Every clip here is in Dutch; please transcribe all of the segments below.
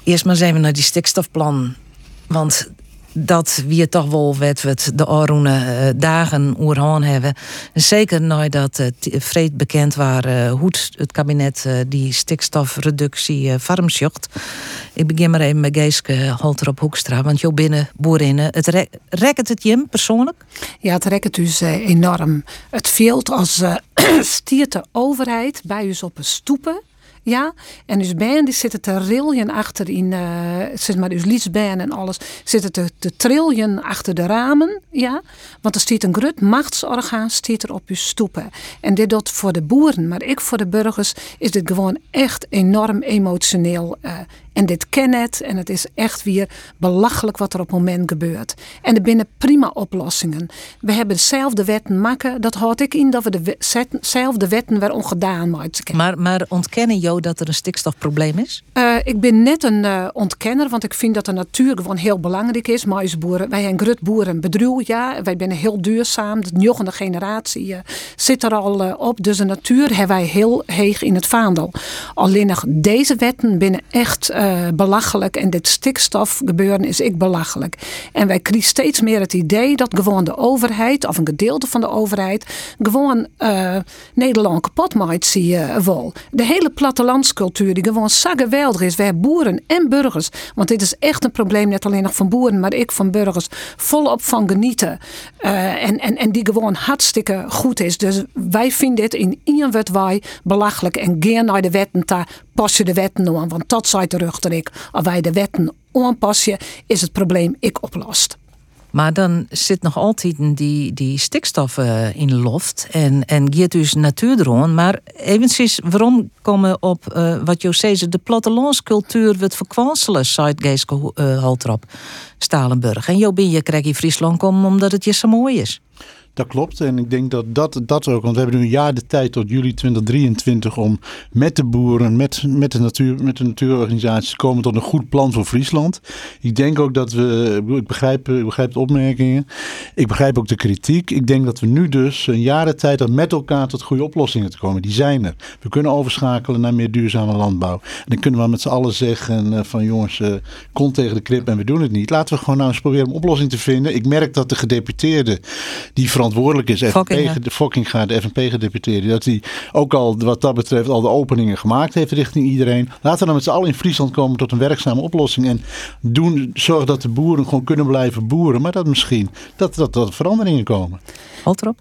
Eerst maar eens even naar die stikstofplan. Want dat wie toch wel wat we het de oranje dagen oerhaan hebben. En zeker nadat vreed bekend waren hoe het kabinet die stikstofreductie vormsjocht. Ik begin maar even met Geeske Halterop Hoekstra. Want jou binnen boerinnen, rekt het je persoonlijk? Ja, het rekt dus enorm. Het veelt als stiert de overheid bij u op een stoepen. Ja, en dus band die zitten te riljen achter in, zeg maar, dus liesband en alles, zitten te triljen achter de ramen, ja. Want er staat een groot machtsorgaan staat er op uw stoepen. En dit doet voor de boeren, maar ik voor de burgers, is dit gewoon echt enorm emotioneel. En dit ken het en het is echt weer belachelijk wat er op het moment gebeurt. En er binnen prima oplossingen. We hebben dezelfde wetten maken. Dat houdt ik in dat we dezelfde wetten weer ongedaan maken. Maar ontkennen jou dat er een stikstofprobleem is? Ik ben net een ontkenner, want ik vind dat de natuur gewoon heel belangrijk is. Maïsboeren, wij zijn groot boerenbedrijf, ja. Wij zijn heel duurzaam. De jongende generatie zit er al op. Dus de natuur hebben wij heel heeg in het vaandel. Alleen nog deze wetten binnen echt belachelijk. En dit stikstofgebeuren is ik belachelijk. En wij krijgen steeds meer het idee dat gewoon de overheid, of een gedeelte van de overheid, gewoon Nederland kapot maakt, zie je wel. De hele plattelandscultuur die gewoon zo geweldig is. We hebben boeren en burgers. Want dit is echt een probleem, net alleen nog van boeren, maar ik van burgers. Volop van genieten. En die gewoon hartstikke goed is. Dus wij vinden dit in ieder wat wij belachelijk. En geen naar de wetten, daar pas je de wetten aan. Want dat zei terug dat ik. Als wij de wetten aanpassen, is het probleem ik oplost. Maar dan zit nog altijd die stikstof in de lucht. En gaat dus natuur erom. Maar eventjes, waarom komen op wat je zei, de plattelandscultuur wordt verkwanselen, zei Geeske Halterop Stalenburg. En je krijgt in Friesland komen omdat het je zo mooi is. Dat klopt en ik denk dat ook, want we hebben nu een jaar de tijd tot juli 2023 om met de boeren, met de natuurorganisaties te komen tot een goed plan voor Friesland. Ik denk ook dat ik begrijp de opmerkingen, ik begrijp ook de kritiek. Ik denk dat we nu dus een jaar de tijd hebben met elkaar tot goede oplossingen te komen. Die zijn er. We kunnen overschakelen naar meer duurzame landbouw. En dan kunnen we met z'n allen zeggen van jongens, kont tegen de krip en we doen het niet. Laten we gewoon nou eens proberen een oplossing te vinden. Ik merk dat de gedeputeerde die verantwoordelijk is, Fokkinga, de FNP-gedeputeerde, dat hij ook al wat dat betreft al de openingen gemaakt heeft richting iedereen. Laten we dan met z'n allen in Friesland komen tot een werkzame oplossing en zorg dat de boeren gewoon kunnen blijven boeren, maar dat misschien dat er veranderingen komen. Halterop?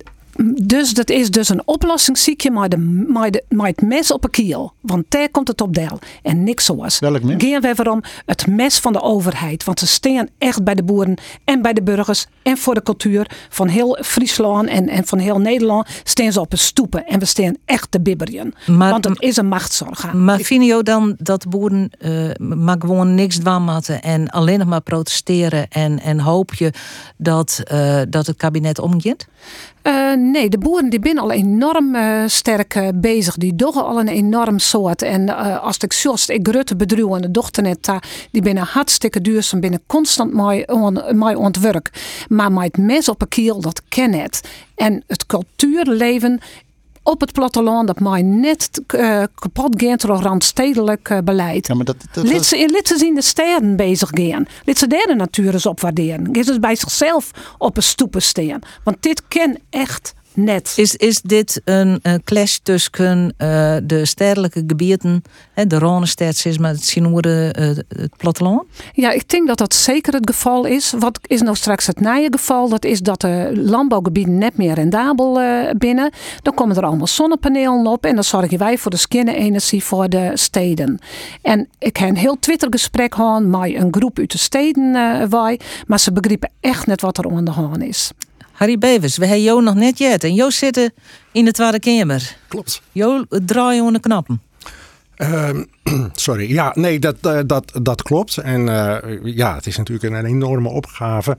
Dus dat is dus een oplossing, zie je, maar het mes op een kiel. Want daar komt het op deel. En niks zoals. Welk mes? Gaan wij waarom het mes van de overheid. Want ze staan echt bij de boeren en bij de burgers en voor de cultuur van heel Friesland en van heel Nederland staan ze op een stoepen. En we staan echt te bibberen. Want het is een machtsorgaan. Maar vinden jullie dan dat de boeren maar gewoon niks dwammatten en alleen nog maar protesteren en hoop je dat het kabinet omgaat? Nee, de boeren die zijn al enorm sterk bezig. Die doen al een enorm soort. En als ik zoals ik grote bedrijven en de dochter net die binnen hartstikke duurzaam, binnen constant mooi ontwerp. Maar met mes op een kiel, dat ken het. En het cultuurleven op het platteland, dat mij net kapot gaat door randstedelijk beleid. Ja, maar Laat ze in de steden bezig gaan. Laat ze daar de natuur eens op waarderen. Laat ze bij zichzelf op een stoepen staan. Want dit ken echt net. Is dit een clash tussen de stedelijke gebieden, de Ronestad, maar het Sinoeren, het platteland? Ja, ik denk dat dat zeker het geval is. Wat is nou straks het nieuwe geval? Dat is dat de landbouwgebieden net meer rendabel binnen. Dan komen er allemaal zonnepanelen op en dan zorgen wij voor de skinne-energie voor de steden. En ik heb een heel Twitter-gesprek gehad met een groep uit de steden, maar ze begrijpen echt net wat er aan de hand is. Harry Bevers, we hebben jou nog net jet en jou zitten in de Tweede Kamer. Klopt. Jou draaien aan de knappen. Sorry. Ja, nee, dat klopt. En het is natuurlijk een enorme opgave.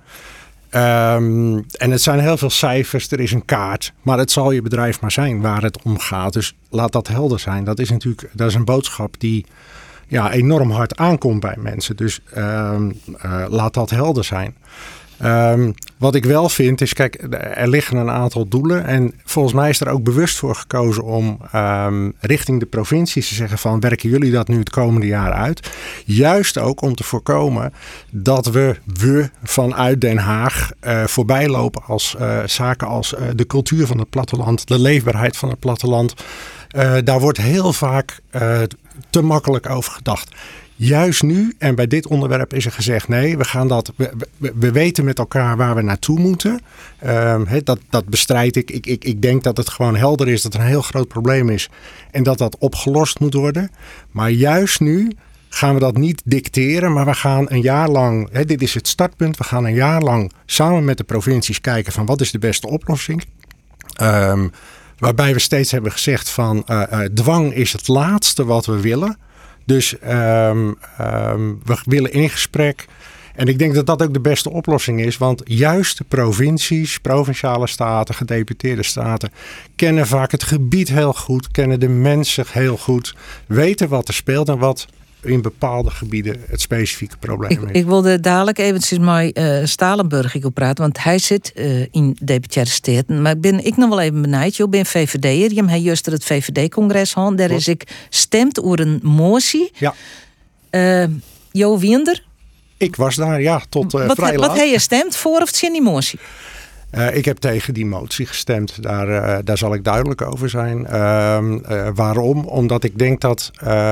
En het zijn heel veel cijfers. Er is een kaart. Maar het zal je bedrijf maar zijn waar het om gaat. Dus laat dat helder zijn. Dat is een boodschap die enorm hard aankomt bij mensen. Dus laat dat helder zijn. Wat ik wel vind is, kijk, er liggen een aantal doelen. En volgens mij is er ook bewust voor gekozen om richting de provincies te zeggen van, werken jullie dat nu het komende jaar uit? Juist ook om te voorkomen dat we vanuit Den Haag voorbij lopen als zaken als de cultuur van het platteland, de leefbaarheid van het platteland. Daar wordt heel vaak te makkelijk over gedacht. Juist nu, en bij dit onderwerp is er gezegd, nee, we gaan dat. We weten met elkaar waar we naartoe moeten. Dat bestrijd ik. Ik denk dat het gewoon helder is dat er een heel groot probleem is. En dat dat opgelost moet worden. Maar juist nu gaan we dat niet dicteren, maar we gaan een jaar lang, dit is het startpunt, we gaan een jaar lang samen met de provincies kijken van wat is de beste oplossing. Waarbij we steeds hebben gezegd van dwang is het laatste wat we willen. Dus we willen in gesprek. En ik denk dat dat ook de beste oplossing is. Want juist de provincies, provinciale staten, gedeputeerde staten kennen vaak het gebied heel goed. Kennen de mensen heel goed. Weten wat er speelt en wat in bepaalde gebieden het specifieke probleem is. Ik wilde dadelijk eventjes met Stalenburg op praten, want hij zit in deputaire steden. Maar ik nog wel even benieuwd. Je bent VVD'er, je hebt juist het VVD-congres gehad. Daar is ik stemt over een motie. Ja. Jo Wiender? Ik was daar, ja, tot vrij laat. Wat heb je stemt voor of zin die motie? Ik heb tegen die motie gestemd. Daar zal ik duidelijk over zijn. Waarom? Omdat ik denk dat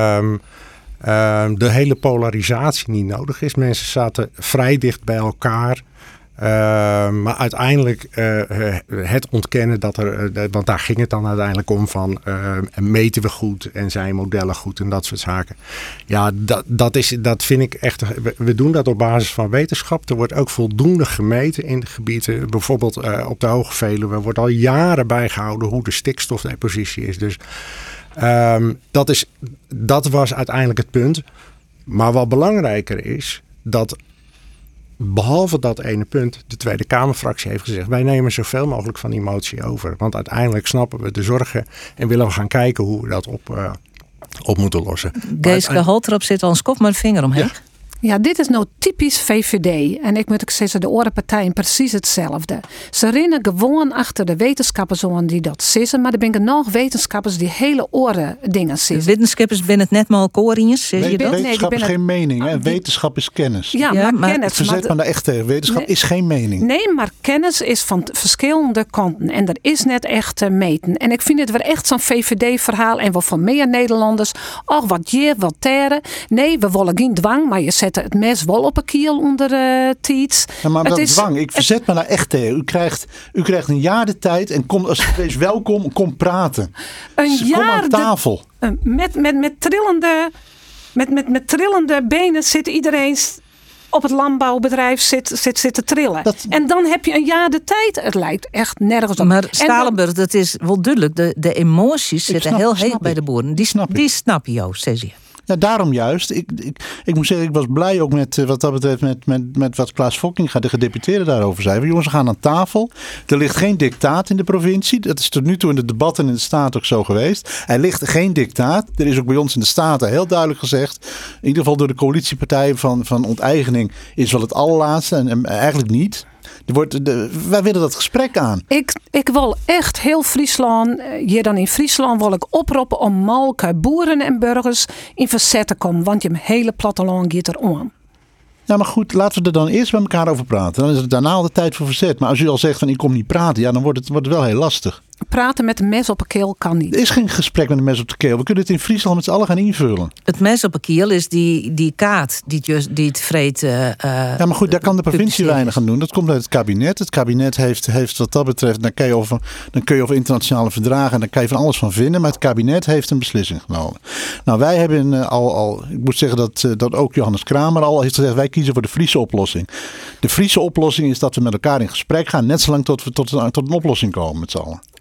de hele polarisatie niet nodig is. Mensen zaten vrij dicht bij elkaar. Maar uiteindelijk het ontkennen dat want daar ging het dan uiteindelijk om van meten we goed en zijn modellen goed en dat soort zaken. Ja, dat vind ik echt. We doen dat op basis van wetenschap. Er wordt ook voldoende gemeten in de gebieden. Bijvoorbeeld op de Hoge Veluwe wordt al jaren bijgehouden hoe de stikstofdepositie is. Dus dat was uiteindelijk het punt. Maar wat belangrijker is, dat behalve dat ene punt, de Tweede Kamerfractie heeft gezegd, wij nemen zoveel mogelijk van die motie over. Want uiteindelijk snappen we de zorgen en willen we gaan kijken hoe we dat op moeten lossen. Geeske Holtrop zit al een kop met een vinger omheen. Ja. Ja, dit is nou typisch VVD. En ik moet ook zeggen, de andere partijen precies hetzelfde. Ze rennen gewoon achter de wetenschappers die dat sissen. Maar er zijn nog wetenschappers die hele oren dingen sissen. Wetenschappers zijn het net maar kooriëns, zeg je dat? Wetenschap is geen mening. Hè? Wetenschap is kennis. Ja, maar kennis. Verzet maar de echte wetenschap is geen mening. Nee, maar kennis is van verschillende kanten. En er is net echt te meten. En ik vind het weer echt zo'n VVD-verhaal. En wel van meer Nederlanders. Och, wat je, wat terre. Nee, we willen geen dwang, maar je zet het mes wel op een kiel onder tiets. Ja, maar dat dwang, ik verzet me daar echt tegen. U krijgt een jaar de tijd en kom, als wees welkom, kom praten. Kom aan tafel. Met trillende benen zit iedereen op het landbouwbedrijf zit te trillen. En dan heb je een jaar de tijd. Het lijkt echt nergens op. Maar Stalenburg, dat is wel duidelijk. De emoties zitten heel heet bij de boeren. Die snap je jou, zeg je. Ja, daarom juist. Ik moet zeggen, ik was blij ook met wat dat betreft met wat Klaas Fokkinga, de gedeputeerde, daarover zei. Jongens, we gaan aan tafel. Er ligt geen dictaat in de provincie. Dat is tot nu toe in de debatten in de Staten ook zo geweest. Er ligt geen dictaat. Er is ook bij ons in de Staten heel duidelijk gezegd, in ieder geval door de coalitiepartijen van onteigening, is wel het allerlaatste en eigenlijk niet. Wij willen dat gesprek aan. Ik wil echt heel Friesland, hier dan in Friesland, wil ik oproepen om malke boeren en burgers in verzet te komen. Want je hele platteland gaat er om. Ja, maar goed, laten we er dan eerst met elkaar over praten. Dan is het daarna al de tijd voor verzet. Maar als u al zegt van ik kom niet praten, ja, dan wordt het wel heel lastig. Praten met een mes op een keel kan niet. Er is geen gesprek met een mes op de keel. We kunnen het in Friesland met z'n allen gaan invullen. Het mes op een keel is die kaart die het vreet. Ja, maar goed, daar kan de provincie weinig aan doen. Dat komt uit het kabinet. Het kabinet heeft wat dat betreft, dan kun je over internationale verdragen en daar kan je van alles van vinden. Maar het kabinet heeft een beslissing genomen. Nou, wij hebben ik moet zeggen dat ook Johannes Kramer al heeft gezegd, wij kiezen voor de Friese oplossing. De Friese oplossing is dat we met elkaar in gesprek gaan, net zolang tot we tot een oplossing komen met z'n allen.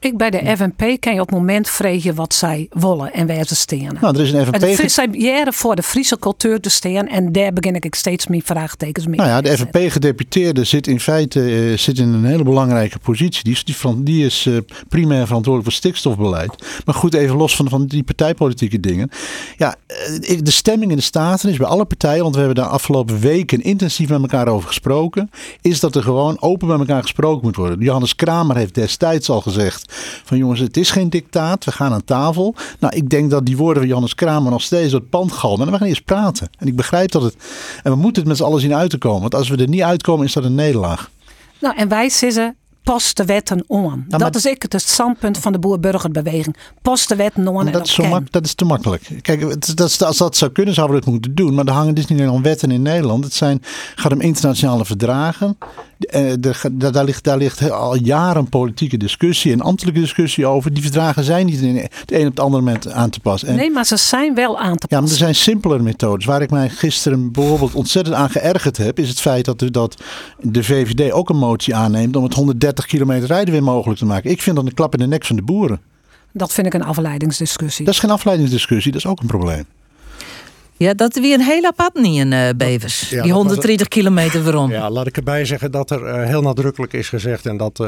Ik bij de FNP kan je op het moment vragen wat zij willen en waar ze staan. Nou, er is een FNP... Zij jaren voor de Friese cultuur te staan en daar begin ik steeds meer vraagtekens mee. Nou ja, de FNP-gedeputeerde zit in feite in een hele belangrijke positie. Die is primair verantwoordelijk voor stikstofbeleid. Maar goed, even los van die partijpolitieke dingen. Ja, de stemming in de Staten is bij alle partijen, want we hebben daar afgelopen weken intensief met elkaar over gesproken, is dat er gewoon open met elkaar gesproken moet worden. Johannes Kramer heeft destijds al gezegd van jongens, het is geen dictaat, we gaan aan tafel. Nou, ik denk dat die woorden van Johannes Kramer nog steeds door het pand galmen en we gaan eerst praten. En ik begrijp dat en we moeten het met z'n allen zien uit te komen. Want als we er niet uitkomen, is dat een nederlaag. Nou, en wij zeggen, pas de wetten om. Ja, dat is het standpunt van de boer-burgerbeweging. Pas de wetten om. Dat is te makkelijk. Kijk, als dat zou kunnen, zouden we het moeten doen. Maar er hangen dus niet alleen wetten in Nederland. Het gaat om internationale verdragen. Daar ligt al jaren politieke discussie en ambtelijke discussie over. Die verdragen zijn niet in het een op het andere moment aan te passen. Nee, maar ze zijn wel aan te passen. Ja, maar er zijn simpelere methodes. Waar ik mij gisteren bijvoorbeeld ontzettend aan geërgerd heb, is het feit dat de VVD ook een motie aanneemt om het 130 kilometer rijden weer mogelijk te maken. Ik vind dat een klap in de nek van de boeren. Dat vind ik een afleidingsdiscussie. Dat is geen afleidingsdiscussie, dat is ook een probleem. Ja, dat weer een heel apart niet in Bevers. Ja, die 130 kilometer waarom. Ja, laat ik erbij zeggen dat er heel nadrukkelijk is gezegd en dat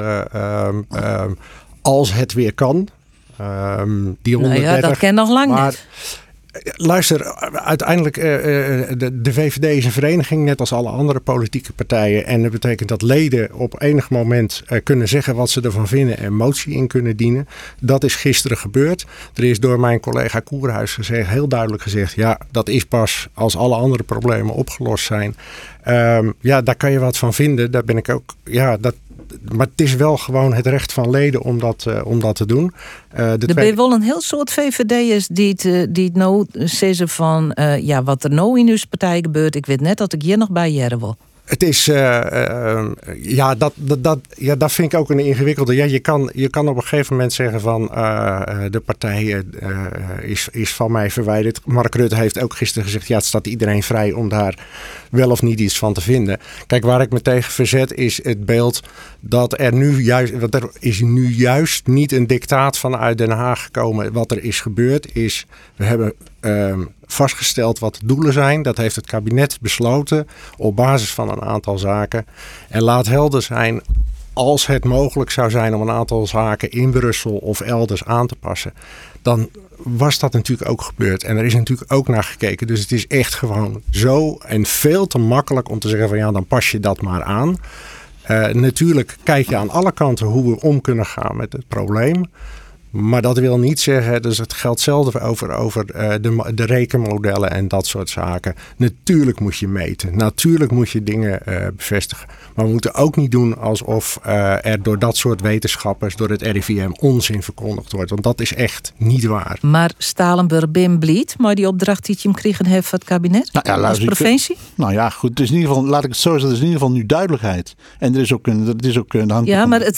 als het weer kan, die 130... Nou ja, dat ken nog lang niet. Luister, uiteindelijk de VVD is een vereniging, net als alle andere politieke partijen. En dat betekent dat leden op enig moment kunnen zeggen wat ze ervan vinden en motie in kunnen dienen. Dat is gisteren gebeurd. Er is door mijn collega Koerhuis heel duidelijk gezegd, ja, dat is pas als alle andere problemen opgelost zijn. Ja, daar kan je wat van vinden. Daar ben ik ook, maar het is wel gewoon het recht van leden om dat te doen. Er zijn wel een heel soort VVD'ers die het nou zeggen van wat er nou in uw partij gebeurt. Ik weet net dat ik hier nog bij jaren wil. Het is, dat vind ik ook een ingewikkelde. Ja, je kan op een gegeven moment zeggen van de partij is van mij verwijderd. Mark Rutte heeft ook gisteren gezegd, ja, het staat iedereen vrij om daar wel of niet iets van te vinden. Kijk, waar ik me tegen verzet is het beeld dat er nu juist niet een dictaat vanuit Den Haag gekomen. Wat er is gebeurd is, we hebben vastgesteld wat de doelen zijn. Dat heeft het kabinet besloten op basis van een aantal zaken. En laat helder zijn, als het mogelijk zou zijn om een aantal zaken in Brussel of elders aan te passen, dan was dat natuurlijk ook gebeurd. En er is natuurlijk ook naar gekeken. Dus het is echt gewoon zo en veel te makkelijk om te zeggen van ja, dan pas je dat maar aan. Natuurlijk kijk je aan alle kanten hoe we om kunnen gaan met het probleem. Maar dat wil niet zeggen, dus het geldt zelden over de rekenmodellen en dat soort zaken. Natuurlijk moet je meten, natuurlijk moet je dingen bevestigen. Maar we moeten ook niet doen alsof er door dat soort wetenschappers, door het RIVM, onzin verkondigd wordt. Want dat is echt niet waar. Maar Stalenburg Bim Bliet, maar die opdracht die je hem kregen heeft van het kabinet? Nou ja, als provincie? Nou ja, goed. Het is in ieder geval, laat ik het zo zeggen, er is in ieder geval nu duidelijkheid. En er is ook ja, maar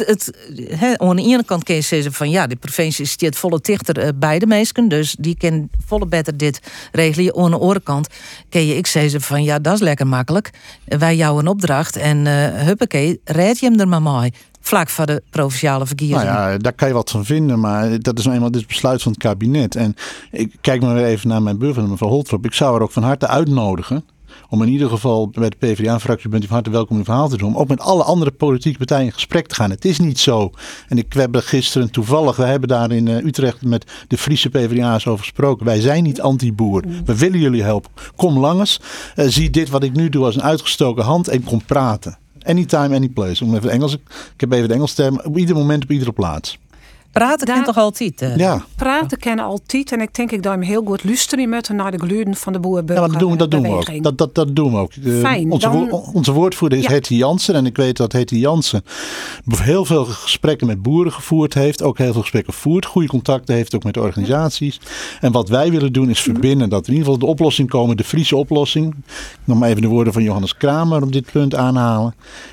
aan de ene kant kun je zeggen van ja, de provincie staat volle dichter bij de meesten, dus die kan volle beter dit regelen. Aan de andere kant kun je zeggen van ja, dat is lekker makkelijk. Wij jou een opdracht en huppakee, red je hem er maar mooi. Vlak voor de provinciale verkiezingen. Nou ja, daar kan je wat van vinden, maar dat is nou eenmaal het besluit van het kabinet. En ik kijk maar weer even naar mijn buurvrouw, mevrouw Holtrop. Ik zou haar ook van harte uitnodigen om in ieder geval bij de PvdA-fractie, bent u van harte welkom uw verhaal te doen. Ook met alle andere politieke partijen in gesprek te gaan. Het is niet zo. En we hebben gisteren toevallig, we hebben daar in Utrecht met de Friese PvdA's over gesproken. Wij zijn niet anti-boer. We willen jullie helpen. Kom langs. Zie dit wat ik nu doe als een uitgestoken hand en kom praten. Anytime, any place. Om even Engels. Ik heb even de Engels term. Op ieder moment, op iedere plaats. Praten kan toch altijd? Ja. Praten kan altijd. En ik denk ik dat hem heel goed luisteren met naar de geluiden van de boerenburger. Ja, dat doen we ook. Dat doen we ook. Fijn. Onze woordvoerder is Hetty Jansen. En ik weet dat Hetty Jansen heel veel gesprekken met boeren gevoerd heeft. Ook heel veel gesprekken voert. Goede contacten heeft ook met de organisaties. En wat wij willen doen is verbinden. Dat we in ieder geval de oplossing komen. De Friese oplossing. Nog maar even de woorden van Johannes Kramer op dit punt aanhalen.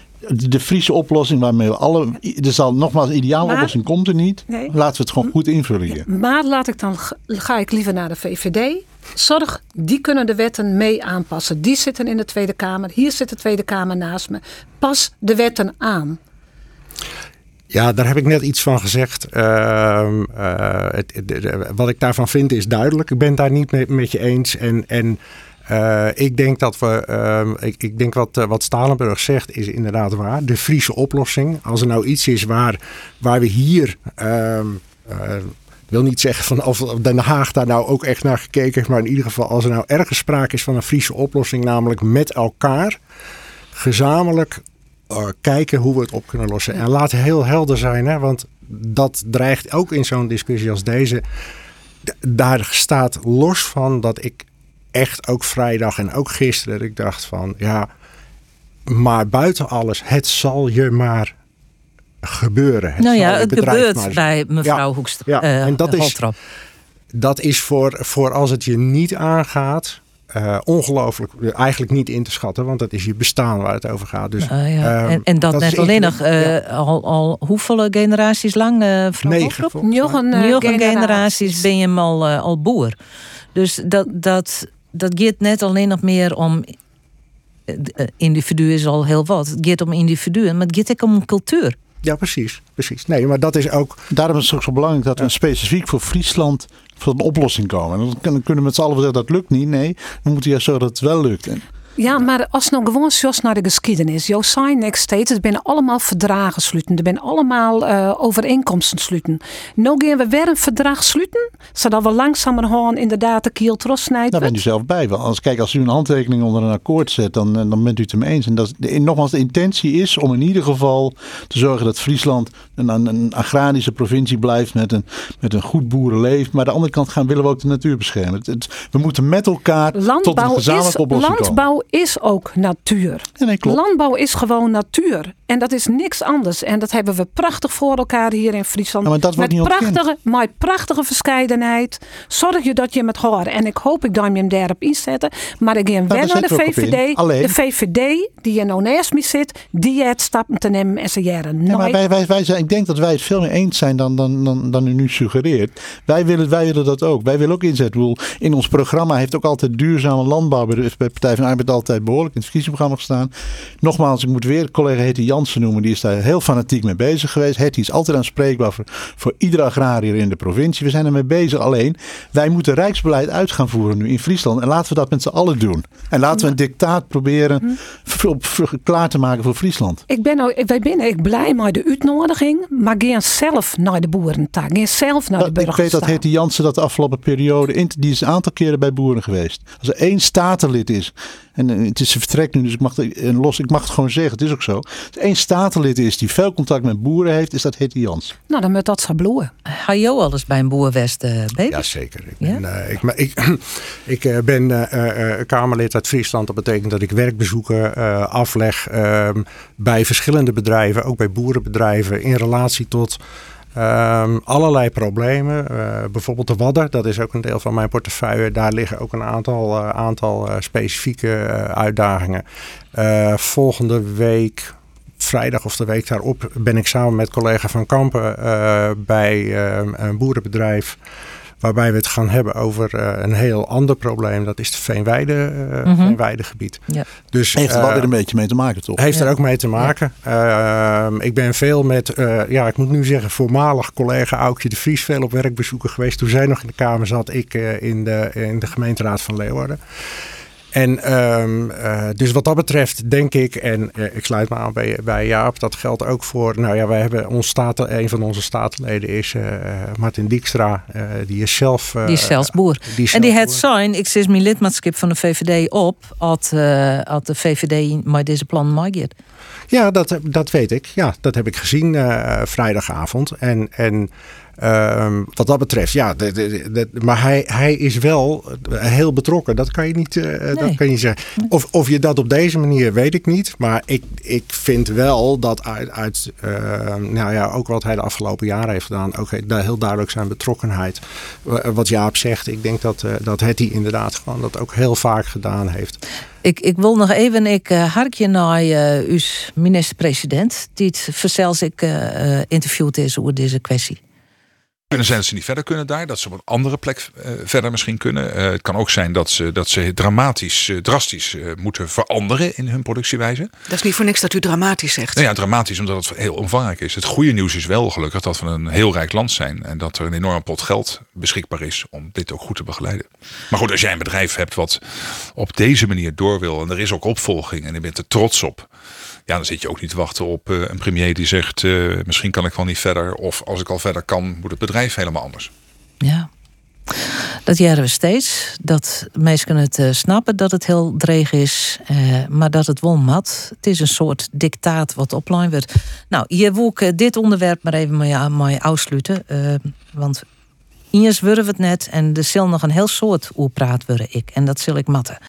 De Friese oplossing waarmee we er zal nogmaals, een ideale oplossing komt er niet. Nee. Laten we het gewoon goed invullen hier. Maar ga ik liever naar de VVD. Zorg, die kunnen de wetten mee aanpassen. Die zitten in de Tweede Kamer. Hier zit de Tweede Kamer naast me. Pas de wetten aan. Ja, daar heb ik net iets van gezegd. Wat ik daarvan vind is duidelijk. Ik ben het daar niet met je eens. En ik denk dat ik denk wat Stalenburg zegt is inderdaad waar. De Friese oplossing. Als er nou iets is waar we hier... Ik wil niet zeggen of Den Haag daar nou ook echt naar gekeken heeft. Maar in ieder geval als er nou ergens sprake is van een Friese oplossing. Namelijk met elkaar gezamenlijk kijken hoe we het op kunnen lossen. En laat heel helder zijn. Hè, want dat dreigt ook in zo'n discussie als deze. Daar staat los van dat ik echt ook vrijdag en ook gisteren. Ik dacht van ja, maar buiten alles. Het zal je maar gebeuren. Het gebeurt bij mevrouw Hoekstra. Ja, en dat is voor als het je niet aangaat ongelooflijk, eigenlijk niet in te schatten, want dat is je bestaan waar het over gaat. Dus, en dat net alleen nog al hoeveel generaties lang, mevrouw 9 generaties ben je al boer. Dus dat gaat net alleen nog meer om individu is al heel wat. Het gaat om individuen, maar het gaat ook om cultuur. Ja, precies. Nee, maar dat is ook... Daarom is het ook zo belangrijk dat we specifiek voor Friesland voor een oplossing komen. En dan kunnen we met z'n allen zeggen dat lukt niet. Nee, dan moet je juist zorgen dat het wel lukt. Ja, maar als nou gewoon zoals naar de geschiedenis. Jo zijn next steeds, er zijn allemaal verdragen sluiten. Er zijn allemaal overeenkomsten sluiten. Nou gaan we weer een verdrag sluiten, zodat we langzamerhand inderdaad de kiel terugsnijden. Daar bent u zelf bij. Want als u een handtekening onder een akkoord zet, dan bent u het ermee eens. En nogmaals, de intentie is om in ieder geval te zorgen dat Friesland een agrarische provincie blijft met een goed boerenleven. Maar aan de andere kant willen we ook de natuur beschermen. We moeten met elkaar tot een gezamenlijke oplossing komen. Landbouw is ook natuur. Ja, nee, klopt. Landbouw is gewoon natuur. En dat is niks anders. En dat hebben we prachtig voor elkaar hier in Friesland. Ja, maar dat wordt niet ontkend. Met prachtige verscheidenheid. Zorg je dat je met horen. En ik hoop ik dat je hem daarop inzetten. Maar ik ga weer naar de VVD. De VVD die je nou naast me zit. Die het stappen te nemen en ze jaren. Ja, maar wij zijn, ik denk dat wij het veel meer eens zijn dan u nu suggereert. Wij willen dat ook. Wij willen ook inzetten. In ons programma heeft ook altijd duurzame landbouw bij Partij van de Arbeid altijd behoorlijk in het verkiezingsprogramma gestaan. Nogmaals, ik moet weer collega Hetty Jansen noemen. Die is daar heel fanatiek mee bezig geweest. Hetty is altijd aanspreekbaar voor iedere agrariër in de provincie. We zijn ermee bezig. Alleen, wij moeten rijksbeleid uit gaan voeren nu in Friesland. En laten we dat met z'n allen doen. En laten we een dictaat proberen klaar te maken voor Friesland. Ik ben blij met de uitnodiging. Maar gaan zelf naar de boerentaak. Gaan zelf naar de burgers. Ik weet dat Hetty Jansen dat de afgelopen periode, die is een aantal keren bij boeren geweest. Als er 1 statenlid is. En het is een vertrek nu, dus ik mag het gewoon zeggen. Het is ook zo. Als 1 statenlid is die veel contact met boeren heeft, is dat Hetty Jansen. Nou, dan moet dat zo bloeien. Ga je al eens bij een boerwest bezig? Ja, zeker. Ik ben Kamerlid uit Friesland. Dat betekent dat ik werkbezoeken afleg bij verschillende bedrijven, ook bij boerenbedrijven, in relatie tot allerlei problemen. Bijvoorbeeld de Wadden, dat is ook een deel van mijn portefeuille. Daar liggen ook een aantal specifieke uitdagingen. Volgende week, vrijdag of de week daarop, ben ik samen met collega Van Kampen bij een boerenbedrijf. Waarbij we het gaan hebben over een heel ander probleem. Dat is het Veenweidegebied. Ja. Dus, heeft er wel weer een beetje mee te maken, toch? Heeft er ook mee te maken. Ja. Ik ben veel met, ik moet nu zeggen, voormalig collega Aukje de Vries veel op werkbezoeken geweest. Toen zij nog in de Kamer zat, ik in de gemeenteraad van Leeuwarden. En dus wat dat betreft denk ik, en ik sluit me aan bij Jaap, dat geldt ook voor, wij hebben een van onze statenleden is Martin Dijkstra, die is zelf boer. En die het zijn, ik zit mijn lidmaatschap van de VVD op, als de VVD met deze plan maaien. Ja, dat weet ik. Ja, dat heb ik gezien vrijdagavond. En wat dat betreft, maar hij is wel heel betrokken. Dat kan je niet, dat kan je zeggen. Of je dat op deze manier, weet ik niet. Maar ik vind wel dat uit ook wat hij de afgelopen jaren heeft gedaan, ook heel duidelijk zijn betrokkenheid. Wat Jaap zegt, ik denk dat Hetty inderdaad gewoon dat ook heel vaak gedaan heeft. Ik wil nog even, harkje naar uw minister-president, die het zelfs interviewd is over deze kwestie. Kunnen zijn dat ze niet verder kunnen daar. Dat ze op een andere plek verder misschien kunnen. Het kan ook zijn dat ze drastisch moeten veranderen in hun productiewijze. Dat is niet voor niks dat u dramatisch zegt. Nou ja, dramatisch omdat het heel omvangrijk is. Het goede nieuws is wel gelukkig dat we een heel rijk land zijn. En dat er een enorm pot geld beschikbaar is om dit ook goed te begeleiden. Maar goed, als jij een bedrijf hebt wat op deze manier door wil. En er is ook opvolging en je bent er trots op. Ja, dan zit je ook niet te wachten op een premier die zegt misschien kan ik wel niet verder. Of als ik al verder kan, moet het bedrijf helemaal anders. Ja, dat jaren we steeds. Dat mensen het snappen dat het heel dreig is. Maar dat het wel mat. Het is een soort dictaat wat opline wordt. Nou, hier wil ik dit onderwerp maar even mee afsluiten. Want hier worden we het net. En er zal nog een heel soort oerpraat worden ik. En dat zal ik matten.